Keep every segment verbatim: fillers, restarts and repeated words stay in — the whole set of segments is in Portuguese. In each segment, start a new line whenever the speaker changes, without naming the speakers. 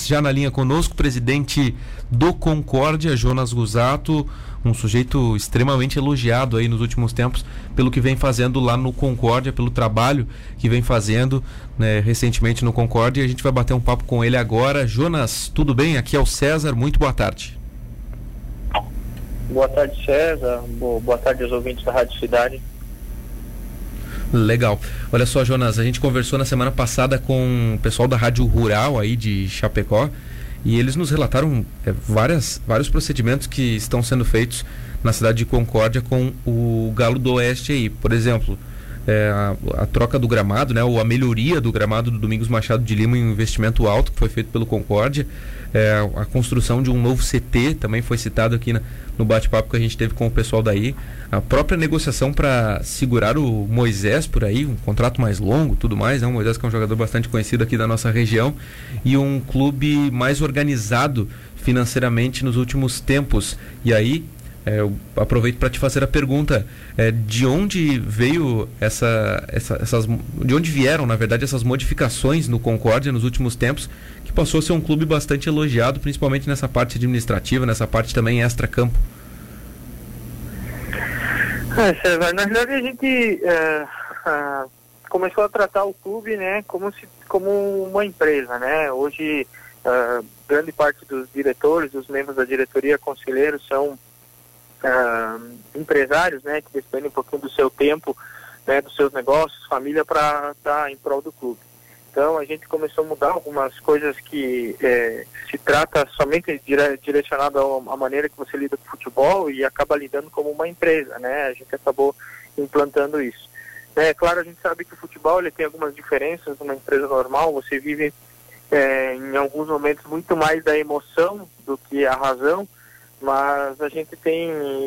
Temos já na linha conosco o presidente do Concórdia, Jonas Gusato, um sujeito extremamente elogiado aí nos últimos tempos pelo que vem fazendo lá no Concórdia, pelo trabalho que vem fazendo, né, recentemente no Concórdia. A gente vai bater um papo com ele agora. Jonas, tudo bem? Aqui é o César, muito boa tarde.
Boa tarde, César. Boa tarde aos ouvintes da Rádio Cidade.
Legal. Olha só, Jonas, a gente conversou na semana passada com o pessoal da Rádio Rural aí de Chapecó e eles nos relataram é, várias, vários procedimentos que estão sendo feitos na cidade de Concórdia com o Galo do Oeste aí. Por exemplo, é, a, a troca do gramado, né, ou a melhoria do gramado do Domingos Machado de Lima em um investimento alto que foi feito pelo Concórdia. É, a construção de um novo C T também foi citado aqui na, no bate-papo que a gente teve com o pessoal daí. A própria negociação para segurar o Moisés por aí, um contrato mais longo, tudo mais, né? O Moisés que é um jogador bastante conhecido aqui da nossa região e um clube mais organizado financeiramente nos últimos tempos. E aí, é, eu aproveito para te fazer a pergunta, é, de onde veio essa, essa, essas, de onde vieram, na verdade, essas modificações no Concórdia nos últimos tempos, que passou a ser um clube bastante elogiado, principalmente nessa parte administrativa, nessa parte também extra-campo?
É, César, na verdade a gente é, é, começou a tratar o clube, né, como, se, como uma empresa, né? Hoje, é, grande parte dos diretores, dos membros da diretoria, conselheiros, são é, empresários, né, que despendem um pouquinho do seu tempo, né, dos seus negócios, família, para estar em prol do clube. Então a gente começou a mudar algumas coisas que é, se trata somente dire, direcionado à maneira que você lida com o futebol e acaba lidando como uma empresa, né? A gente acabou implantando isso. É claro, a gente sabe que o futebol ele tem algumas diferenças de uma empresa normal. Você vive é, em alguns momentos muito mais da emoção do que a razão, mas a gente tem,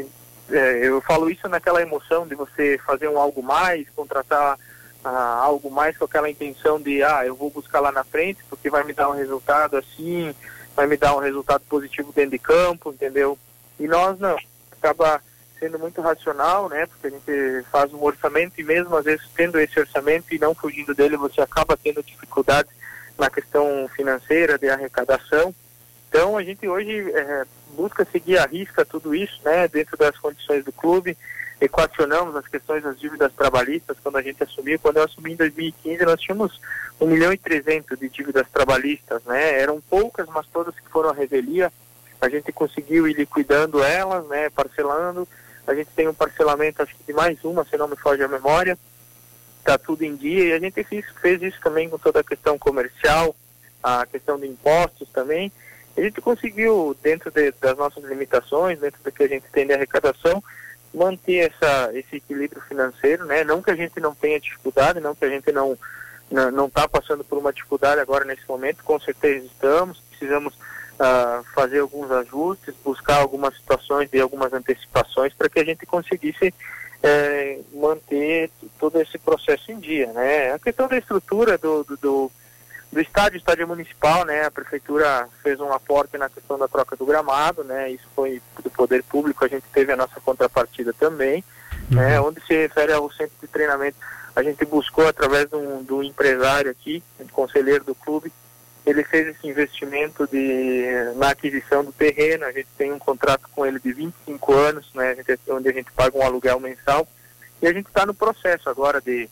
é, eu falo isso naquela emoção de você fazer um algo mais, contratar Ah, algo mais com aquela intenção de, ah, eu vou buscar lá na frente porque vai me dar um resultado assim, vai me dar um resultado positivo dentro de campo, entendeu? E nós não, acaba sendo muito racional, né, porque a gente faz um orçamento e mesmo às vezes tendo esse orçamento e não fugindo dele, você acaba tendo dificuldade na questão financeira de arrecadação. Então a gente hoje é, busca seguir à risca tudo isso, né, dentro das condições do clube. Equacionamos as questões das dívidas trabalhistas quando a gente assumiu. Quando eu assumi em dois mil e quinze, nós tínhamos um milhão e trezentos de dívidas trabalhistas, né? Eram poucas, mas todas que foram à revelia. A gente conseguiu ir liquidando elas, né? Parcelando. A gente tem um parcelamento, acho que de mais uma, se não me foge a memória. Está tudo em dia. E a gente fez, fez isso também com toda a questão comercial, a questão de impostos também. A gente conseguiu, dentro de, das nossas limitações, dentro do que a gente tem de arrecadação, manter essa, esse equilíbrio financeiro, né? Não que a gente não tenha dificuldade, não que a gente não não não está passando por uma dificuldade agora nesse momento, com certeza estamos, precisamos uh, fazer alguns ajustes, buscar algumas situações e algumas antecipações para que a gente conseguisse eh, manter todo esse processo em dia, né? A questão da estrutura do, do, do do estádio, estádio municipal, né, a prefeitura fez um aporte na questão da troca do gramado, né, isso foi do poder público, a gente teve a nossa contrapartida também, uhum. né, onde se refere ao centro de treinamento, a gente buscou através de um, do empresário aqui, um conselheiro do clube, ele fez esse investimento de, na aquisição do terreno, a gente tem um contrato com ele de vinte e cinco anos, né, a gente, onde a gente paga um aluguel mensal, e a gente está no processo agora de,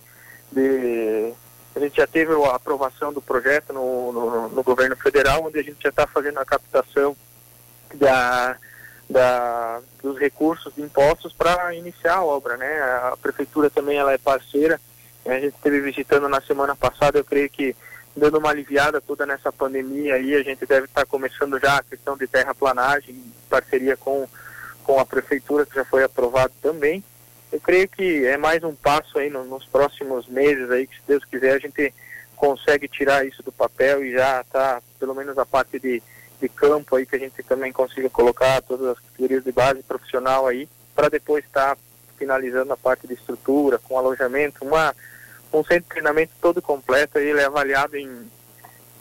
de a gente já teve a aprovação do projeto no, no, no governo federal, onde a gente já está fazendo a captação da, da, dos recursos de impostos para iniciar a obra, né? A prefeitura também ela é parceira, a gente esteve visitando na semana passada, eu creio que dando uma aliviada toda nessa pandemia aí, a gente deve estar tá começando já a questão de terraplanagem, em parceria com, com a prefeitura, que já foi aprovado também. Eu creio que é mais um passo aí no, nos próximos meses aí, que se Deus quiser a gente consegue tirar isso do papel e já tá, pelo menos a parte de, de campo aí, que a gente também consiga colocar todas as categorias de base profissional aí, para depois estar tá finalizando a parte de estrutura, com alojamento, uma, um centro de treinamento todo completo, aí, ele é avaliado em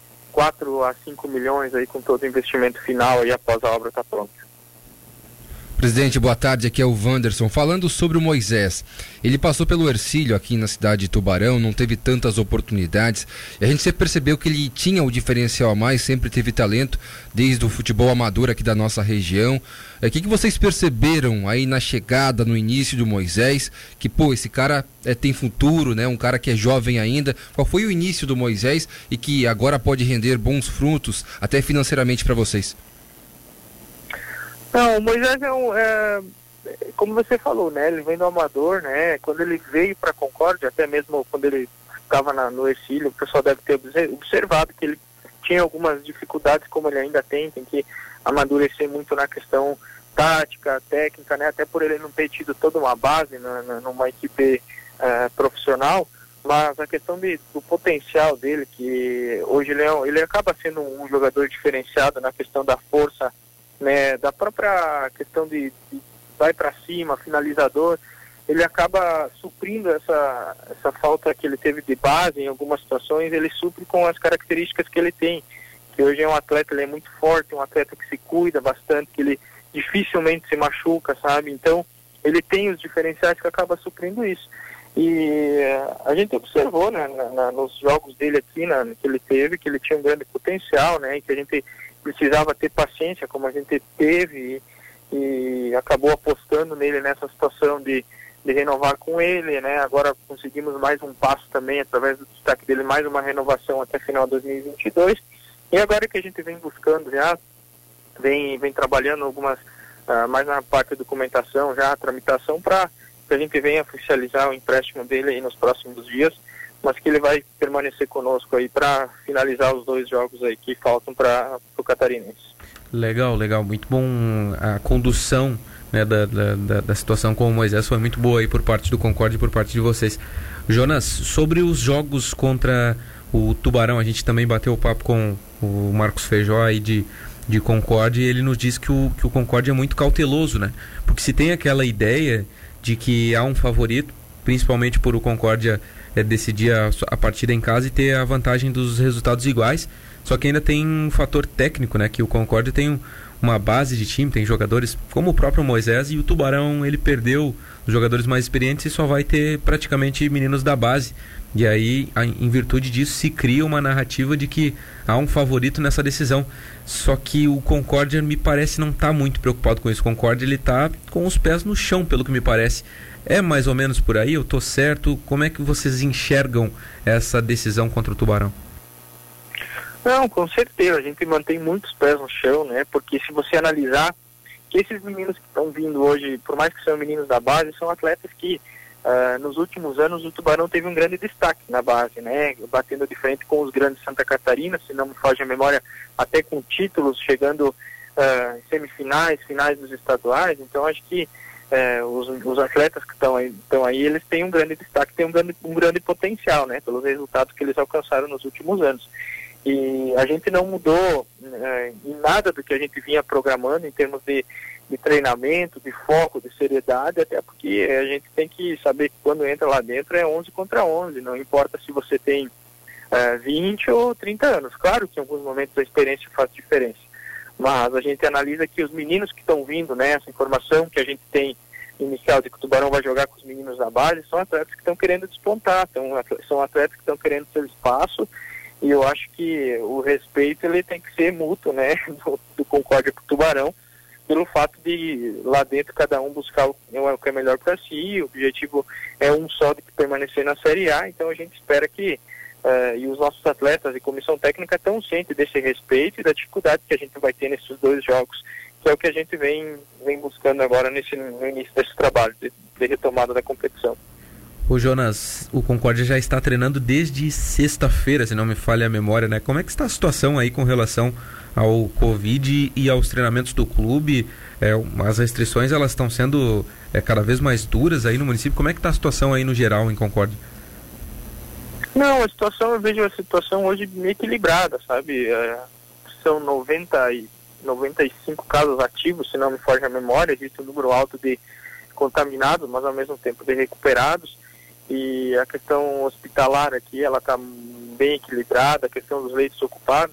quatro a cinco milhões aí com todo o investimento final aí após a obra estar tá pronta.
Presidente, boa tarde, aqui é o Wanderson. Falando sobre o Moisés, ele passou pelo Hercílio aqui na cidade de Tubarão, não teve tantas oportunidades, e a gente sempre percebeu que ele tinha o diferencial a mais, sempre teve talento, desde o futebol amador aqui da nossa região. O que, que vocês perceberam aí na chegada, no início do Moisés, que pô, esse cara é, tem futuro, né? Um cara que é jovem ainda. Qual foi o início do Moisés e que agora pode render bons frutos, até financeiramente para vocês?
Não, o Moisés é um, é, como você falou, né, ele vem do amador, né, quando ele veio para Concórdia, até mesmo quando ele estava no Hercílio, o pessoal deve ter observado que ele tinha algumas dificuldades, como ele ainda tem, tem que amadurecer muito na questão tática, técnica, né, até por ele não ter tido toda uma base na, na, numa equipe é, profissional, mas a questão de, do potencial dele, que hoje ele, é, ele acaba sendo um jogador diferenciado na questão da força, né, da própria questão de, de vai para cima, finalizador, ele acaba suprindo essa, essa falta que ele teve de base em algumas situações, ele supre com as características que ele tem, que hoje é um atleta, ele é muito forte, um atleta que se cuida bastante, que ele dificilmente se machuca, sabe? Então, ele tem os diferenciais que acaba suprindo isso. E a gente observou, né, na, na, nos jogos dele aqui, na, que ele teve, que ele tinha um grande potencial, né, e que a gente precisava ter paciência, como a gente teve, e, e acabou apostando nele nessa situação de, de renovar com ele, né? Agora conseguimos mais um passo também, através do destaque dele, mais uma renovação até final de dois mil e vinte e dois, e agora que a gente vem buscando já, vem, vem trabalhando algumas, uh, mais na parte de documentação, já a tramitação, para que a gente venha oficializar o empréstimo dele aí nos próximos dias, mas que ele vai permanecer conosco aí para finalizar os dois jogos aí que faltam para o Catarinense.
Legal, legal, muito bom. A condução, né, da, da, da situação com o Moisés foi muito boa aí por parte do Concórdia e por parte de vocês. Jonas, sobre os jogos contra o Tubarão, a gente também bateu o papo com o Marcos Feijó aí de, de Concórdia, e ele nos disse que o, que o Concórdia é muito cauteloso, né? Porque se tem aquela ideia de que há um favorito, principalmente por o Concórdia é, decidir a, a partida em casa e ter a vantagem dos resultados iguais, só que ainda tem um fator técnico, né, que o Concórdia tem um, uma base de time, tem jogadores como o próprio Moisés, e o Tubarão ele perdeu os jogadores mais experientes e só vai ter praticamente meninos da base, e aí a, em virtude disso se cria uma narrativa de que há um favorito nessa decisão, só que o Concórdia me parece não estar tá muito preocupado com isso. O Concórdia ele está com os pés no chão, pelo que me parece. É mais ou menos por aí? Eu estou certo? Como é que vocês enxergam essa decisão contra o Tubarão?
Não, com certeza, a gente mantém muitos pés no chão, né? Porque se você analisar que esses meninos que estão vindo hoje, por mais que sejam meninos da base, são atletas que uh, nos últimos anos o Tubarão teve um grande destaque na base, né? Batendo de frente com os grandes Santa Catarina, se não me foge a memória, até com títulos, chegando uh, em semifinais, finais dos estaduais. Então acho que uh, os, os atletas que estão aí, aí, eles têm um grande destaque, têm um grande, um grande potencial, né? Pelos resultados que eles alcançaram nos últimos anos. E a gente não mudou é, em nada do que a gente vinha programando em termos de, de treinamento, de foco, de seriedade, até porque a gente tem que saber que quando entra lá dentro é onze contra onze, não importa se você tem é, vinte ou trinta anos. Claro que em alguns momentos a experiência faz diferença, mas a gente analisa que os meninos que estão vindo, né, essa informação que a gente tem inicial de que o Tubarão vai jogar com os meninos da base, são atletas que estão querendo despontar, então, são atletas que estão querendo seu espaço. E eu acho que o respeito ele tem que ser mútuo, né, do, do Concórdia para o Tubarão, pelo fato de lá dentro cada um buscar o, o que é melhor para si. O objetivo é um só, de permanecer na Série A. Então a gente espera que uh, e os nossos atletas e comissão técnica estão cientes desse respeito e da dificuldade que a gente vai ter nesses dois jogos, que é o que a gente vem, vem buscando agora nesse, no início desse trabalho de, de retomada da competição.
Ô Jonas, o Concórdia já está treinando desde sexta-feira, se não me falha a memória, né? Como é que está a situação aí com relação ao Covid e aos treinamentos do clube? É, as restrições elas estão sendo é, cada vez mais duras aí no município. Como é que está a situação aí no geral em Concórdia?
Não, a situação, eu vejo a situação hoje meio equilibrada, sabe? É, são noventa e, noventa e cinco casos ativos, se não me foge a memória. Existe um número alto de contaminados, mas ao mesmo tempo de recuperados. E a questão hospitalar aqui, ela está bem equilibrada, a questão dos leitos ocupados.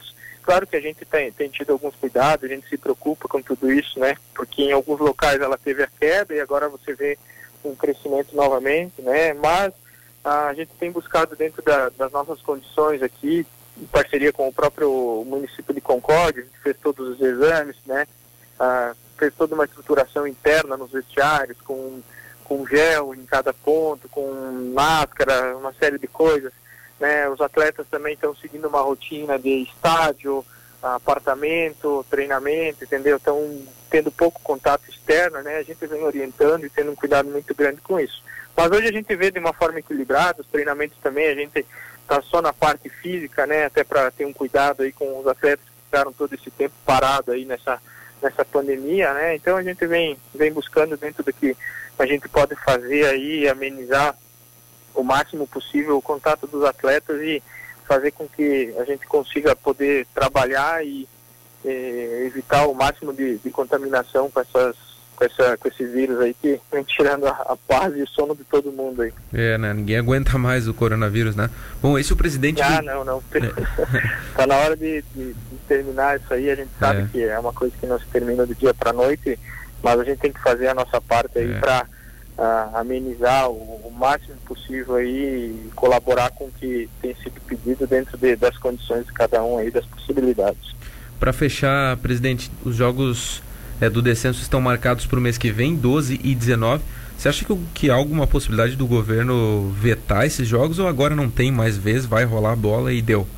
claro que a gente tem, tem tido alguns cuidados, a gente se preocupa com tudo isso, né? Porque em alguns locais ela teve a queda e agora você vê um crescimento novamente, né? Mas a gente tem buscado dentro da, das nossas condições aqui, em parceria com o próprio município de Concórdia, a gente fez todos os exames, né? Ah, fez toda uma estruturação interna nos vestiários, com, com gel em cada ponto, com máscara, uma série de coisas, né? Os atletas também estão seguindo uma rotina de estádio, apartamento, treinamento, entendeu? Estão tendo pouco contato externo, né? A gente vem orientando e tendo um cuidado muito grande com isso. Mas hoje a gente vê de uma forma equilibrada, os treinamentos também, a gente está só na parte física, né? Até para ter um cuidado aí com os atletas que ficaram todo esse tempo parado aí nessa, nessa pandemia, né? Então a gente vem, vem buscando dentro do que a gente pode fazer aí, amenizar o máximo possível o contato dos atletas e fazer com que a gente consiga poder trabalhar e eh, evitar o máximo de, de contaminação com, essas, com, essa, com esse vírus aí que vem tirando a, a paz e o sono de todo mundo aí.
É, né? Ninguém aguenta mais o coronavírus, né? Bom, esse é o presidente...
Ah,
do...
não, não. Tá na hora de, de, de terminar isso aí, a gente sabe é. que é uma coisa que não se termina do dia para a noite, mas a gente tem que fazer a nossa parte aí é. para Uh, amenizar o, o máximo possível aí e colaborar com o que tem sido pedido dentro de, das condições de cada um aí, das possibilidades.
Para fechar, presidente, os jogos é, do descenso estão marcados para o mês que vem, doze e dezenove. Você acha que, que há alguma possibilidade do governo vetar esses jogos ou agora não tem mais vez, vai rolar a bola e deu?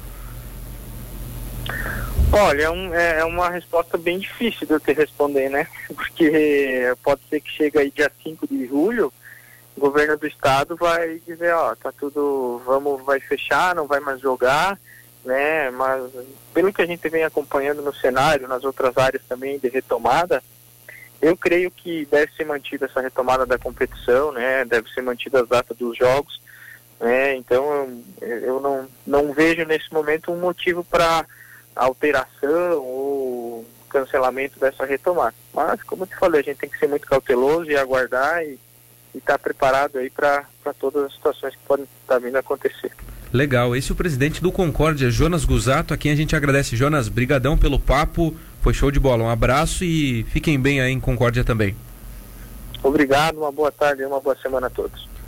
Olha, é, um, é uma resposta bem difícil de eu te responder, né? Porque pode ser que chegue aí dia cinco de julho, o governo do estado vai dizer, ó, tá tudo, vamos, vai fechar, não vai mais jogar, né? Mas pelo que a gente vem acompanhando no cenário, nas outras áreas também de retomada, eu creio que deve ser mantida essa retomada da competição, né? Deve ser mantida as datas dos jogos, né? Então eu, eu não, não vejo nesse momento um motivo para alteração ou cancelamento dessa retomada. Mas, como eu te falei, a gente tem que ser muito cauteloso e aguardar e estar tá preparado aí para todas as situações que podem estar tá vindo a acontecer.
Legal, esse é o presidente do Concórdia, Jonas Gusato, a quem a gente agradece. Jonas, brigadão pelo papo, foi show de bola. Um abraço e fiquem bem aí em Concórdia também.
Obrigado, uma boa tarde e uma boa semana a todos.